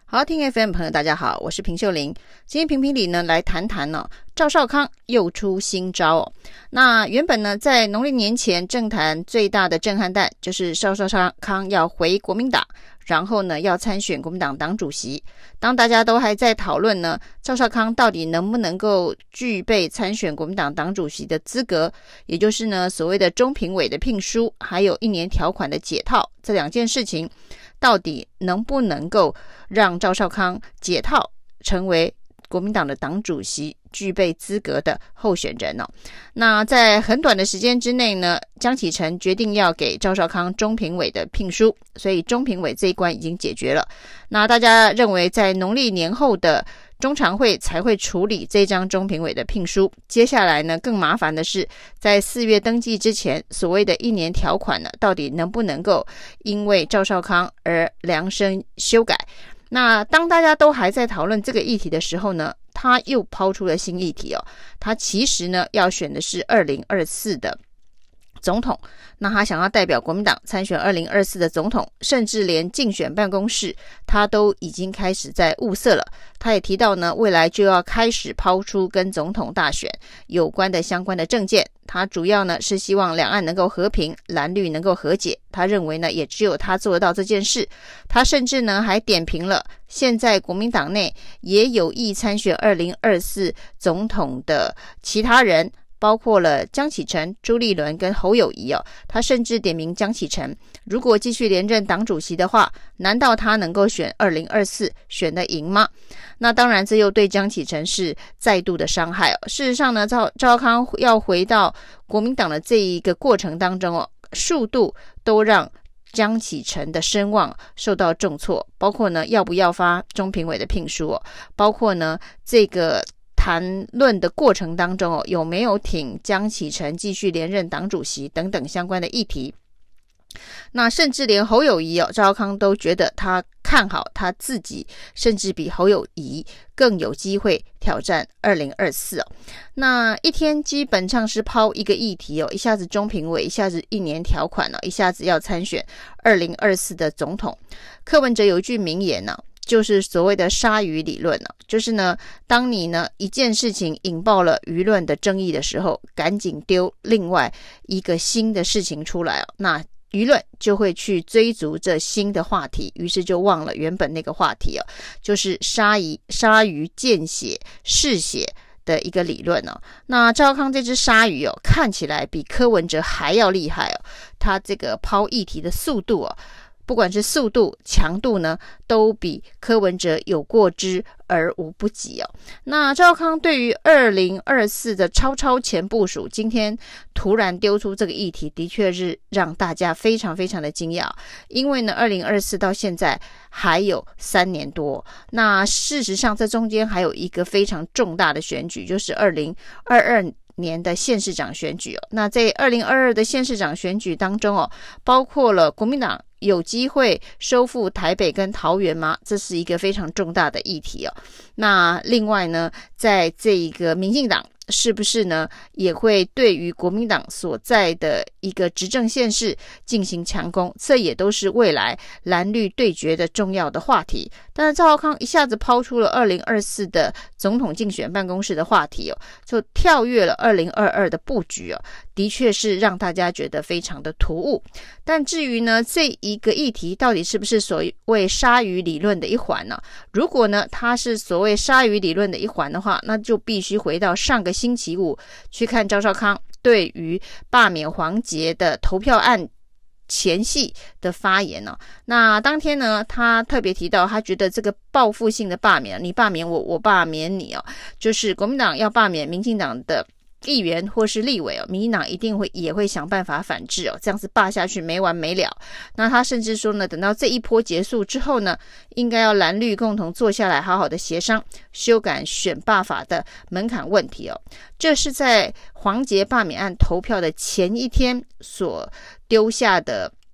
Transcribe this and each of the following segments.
好，听 FM 朋友大家好，我是平秀玲。今天评评理呢来谈谈赵少康又出新招哦。那原本呢在农历年前政坛最大的震撼弹就是赵少康要回国民党，然后呢要参选国民党党主席。当大家都还在讨论呢赵少康到底能不能够具备参选国民党党主席的资格，也就是呢所谓的中评委的聘书还有1年条款的解套，这两件事情到底能不能够让赵少康解套成为国民党的党主席具备资格的候选人哦？那在很短的时间之内呢，江启臣决定要给赵少康中评委的聘书，所以中评委这一关已经解决了。那大家认为在农历年后的中常会才会处理这张中评委的聘书，接下来呢更麻烦的是在4月登记之前所谓的1年条款呢，到底能不能够因为赵少康而量身修改。那当大家都还在讨论这个议题的时候呢，他又抛出了新议题哦。他其实呢要选的是2024的总统，那他想要代表国民党参选2024的总统，甚至连竞选办公室他都已经开始在物色了。他也提到呢，未来就要开始抛出跟总统大选有关的相关的政见。他主要呢是希望两岸能够和平，蓝绿能够和解。他认为呢也只有他做得到这件事。他甚至呢还点评了现在国民党内也有意参选2024总统的其他人，包括了江启臣、朱立伦跟侯友宜哦。他甚至点名江启臣，如果继续连任党主席的话，难道他能够选2024选得赢吗？那当然这又对江启臣是再度的伤害哦。事实上呢，赵少康要回到国民党的这一个过程当中哦，数度都让江启臣的声望受到重挫，包括呢要不要发中评委的聘书哦，包括呢这个谈论的过程当中有没有挺江启臣继续连任党主席等等相关的议题。那甚至连侯友宜赵少康都觉得他看好他自己，甚至比侯友宜更有机会挑战2024那一天基本上是抛一个议题一下子中评委，一下子1年条款一下子要参选2024的总统。柯文哲有一句名言就是所谓的鲨鱼理论就是呢，当你呢一件事情引爆了舆论的争议的时候，赶紧丢另外一个新的事情出来那舆论就会去追逐这新的话题，于是就忘了原本那个话题就是鲨鱼见血嗜血的一个理论那赵少康这只鲨鱼看起来比柯文哲还要厉害他这个抛议题的速度不管是速度强度呢，都比柯文哲有过之而无不及那赵少康对于2024的超前部署，今天突然丢出这个议题，的确是让大家非常非常的惊讶。因为呢2024到现在还有3年多，那事实上这中间还有一个非常重大的选举，就是2022年的县市长选举那在2022的县市长选举当中包括了国民党有机会收复台北跟桃园吗？这是一个非常重大的议题那另外呢，在这一个民进党是不是呢也会对于国民党所在的一个执政县市进行强攻，这也都是未来蓝绿对决的重要的话题。但是赵少康一下子抛出了2024的总统竞选办公室的话题就跳跃了2022的布局的确是让大家觉得非常的突兀。但至于呢这一个议题到底是不是所谓鲨鱼理论的一环呢？如果呢它是所谓鲨鱼理论的一环的话，那就必须回到上个星期五去看赵少康对于罢免黄捷的投票案前夕的发言那当天呢他特别提到，他觉得这个报复性的罢免，你罢免我，我罢免你就是国民党要罢免民进党的议员或是立委民进党一定也会想办法反制这样子罢下去没完没了。那他甚至说呢，等到这一波结束之后呢，应该要蓝绿共同坐下来好好的协商修改选罢法的门槛问题这是在黄捷罢免案投票的前一天所丢下的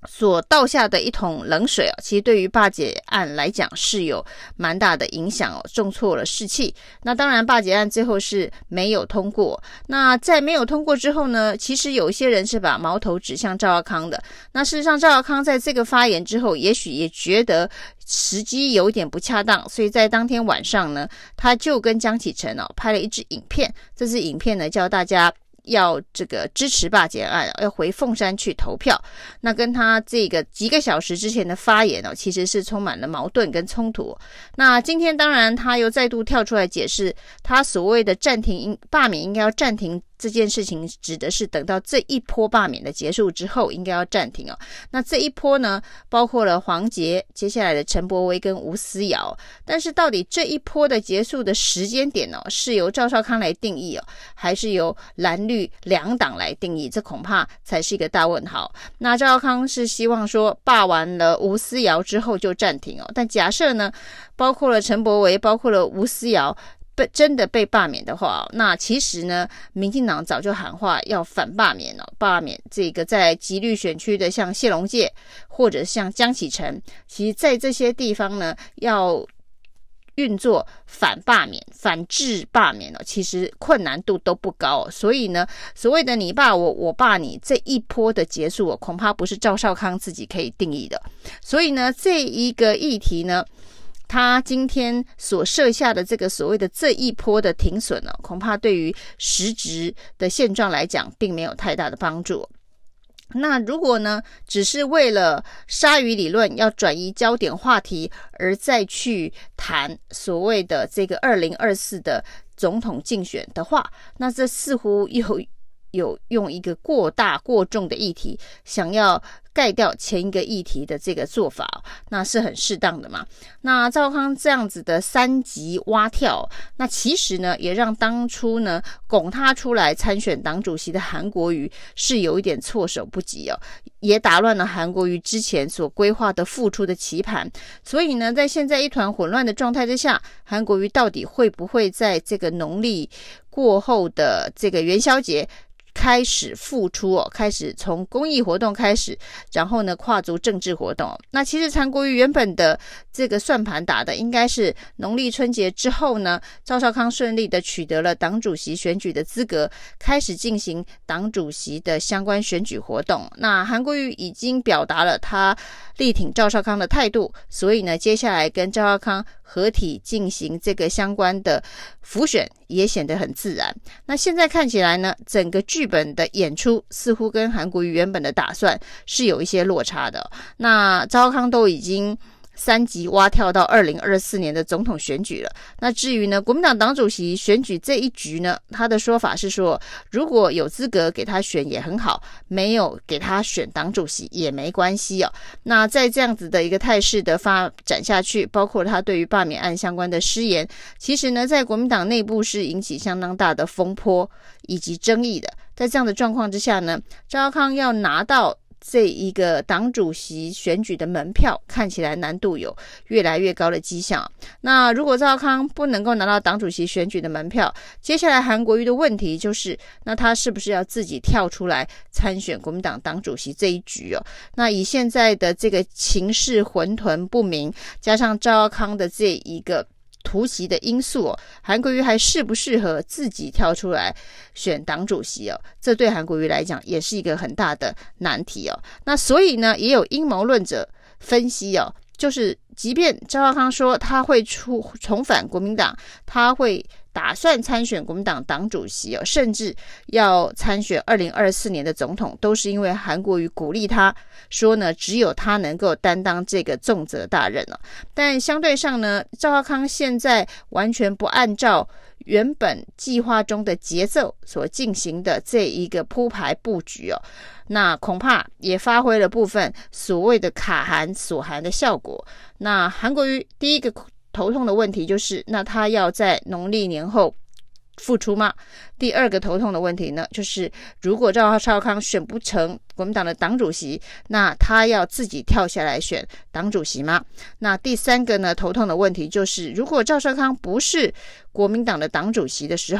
所倒下的一桶冷水其实对于罢检案来讲是有蛮大的影响重挫了士气。那当然罢检案最后是没有通过。那在没有通过之后呢，其实有一些人是把矛头指向赵少康的。那事实上赵少康在这个发言之后，也许也觉得时机有点不恰当，所以在当天晚上呢，他就跟江启臣拍了一支影片。这支影片呢，叫大家要这个支持罢检案，要回凤山去投票。那跟他这个几个小时之前的发言其实是充满了矛盾跟冲突。那今天当然他又再度跳出来解释，他所谓的暂停罢免应该要暂停这件事情，指的是等到这一波罢免的结束之后应该要暂停那这一波呢，包括了黄捷，接下来的陈柏惟跟吴思瑶。但是到底这一波的结束的时间点是由赵少康来定义还是由蓝绿两党来定义，这恐怕才是一个大问号。那赵少康是希望说罢完了吴思瑶之后就暂停但假设呢，包括了陈柏惟，包括了吴思瑶真的被罢免的话，那其实呢，民进党早就喊话要反罢免罢免这个在极绿选区的像谢龙介或者像江启臣，其实在这些地方呢，要运作反罢免、反制罢免其实困难度都不高所以呢，所谓的你罢我，我罢你这一波的结束恐怕不是赵少康自己可以定义的。所以呢，这一个议题呢，他今天所设下的这个所谓的这一波的停损恐怕对于实质的现状来讲并没有太大的帮助。那如果呢，只是为了鲨鱼理论要转移焦点话题而再去谈所谓的这个2024的总统竞选的话，那这似乎有用一个过大过重的议题想要盖掉前一个议题的这个做法，那是很适当的嘛。那赵少康这样子的三级蛙跳，那其实呢也让当初呢拱他出来参选党主席的韩国瑜是有一点措手不及也打乱了韩国瑜之前所规划的复出的期盼。所以呢，在现在一团混乱的状态之下，韩国瑜到底会不会在这个农历过后的这个元宵节开始复出开始从公益活动开始，然后呢跨足政治活动。那其实韩国瑜原本的这个算盘打的应该是农历春节之后呢，赵少康顺利的取得了党主席选举的资格，开始进行党主席的相关选举活动。那韩国瑜已经表达了他力挺赵少康的态度，所以呢接下来跟赵少康合体进行这个相关的辅选也显得很自然。那现在看起来呢，整个剧本的演出似乎跟韩国瑜原本的打算是有一些落差的。那赵少康都已经三级蛙跳到2024年的总统选举了。那至于呢，国民党党主席选举这一局呢，他的说法是说，如果有资格给他选也很好，没有给他选党主席也没关系那在这样子的一个态势的发展下去，包括他对于罢免案相关的失言，其实呢，在国民党内部是引起相当大的风波以及争议的。在这样的状况之下呢，赵少康要拿到这一个党主席选举的门票，看起来难度有越来越高的迹象。那如果赵少康不能够拿到党主席选举的门票，接下来韩国瑜的问题就是，那他是不是要自己跳出来参选国民党党主席这一局那以现在的这个情势混沌不明，加上赵少康的这一个突袭的因素韩国瑜还适不适合自己跳出来选党主席这对韩国瑜来讲也是一个很大的难题那所以呢，也有阴谋论者分析就是即便赵少康说他会重返国民党，他会打算参选国民党党主席甚至要参选2024年的总统，都是因为韩国瑜鼓励他说呢，只有他能够担当这个重责大任但相对上呢，赵少康现在完全不按照原本计划中的节奏所进行的这一个铺排布局那恐怕也发挥了部分所谓的卡韩锁韩的效果。那韩国瑜第一个头痛的问题就是，那他要在农历年后复出吗？第二个头痛的问题呢，就是如果赵少康选不成国民党的党主席，那他要自己跳下来选党主席吗？那第三个呢，头痛的问题就是，如果赵少康不是国民党的党主席的时候，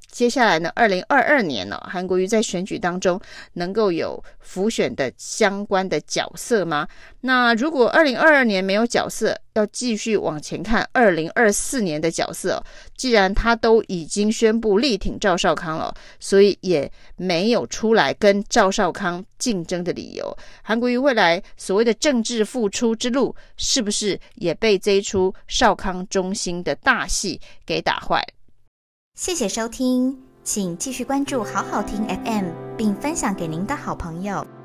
接下来呢，2022年呢，韩国瑜在选举当中能够有辅选的相关的角色吗？那如果2022年没有角色，要继续往前看2024年的角色，既然他都已经宣布力挺赵少康了，所以也没有出来跟赵少康竞争的理由。韩国瑜未来所谓的政治复出之路，是不是也被这一出少康中心的大戏给打坏？ 谢谢收听，请继续关注好好听 FM， 并分享给您的好朋友。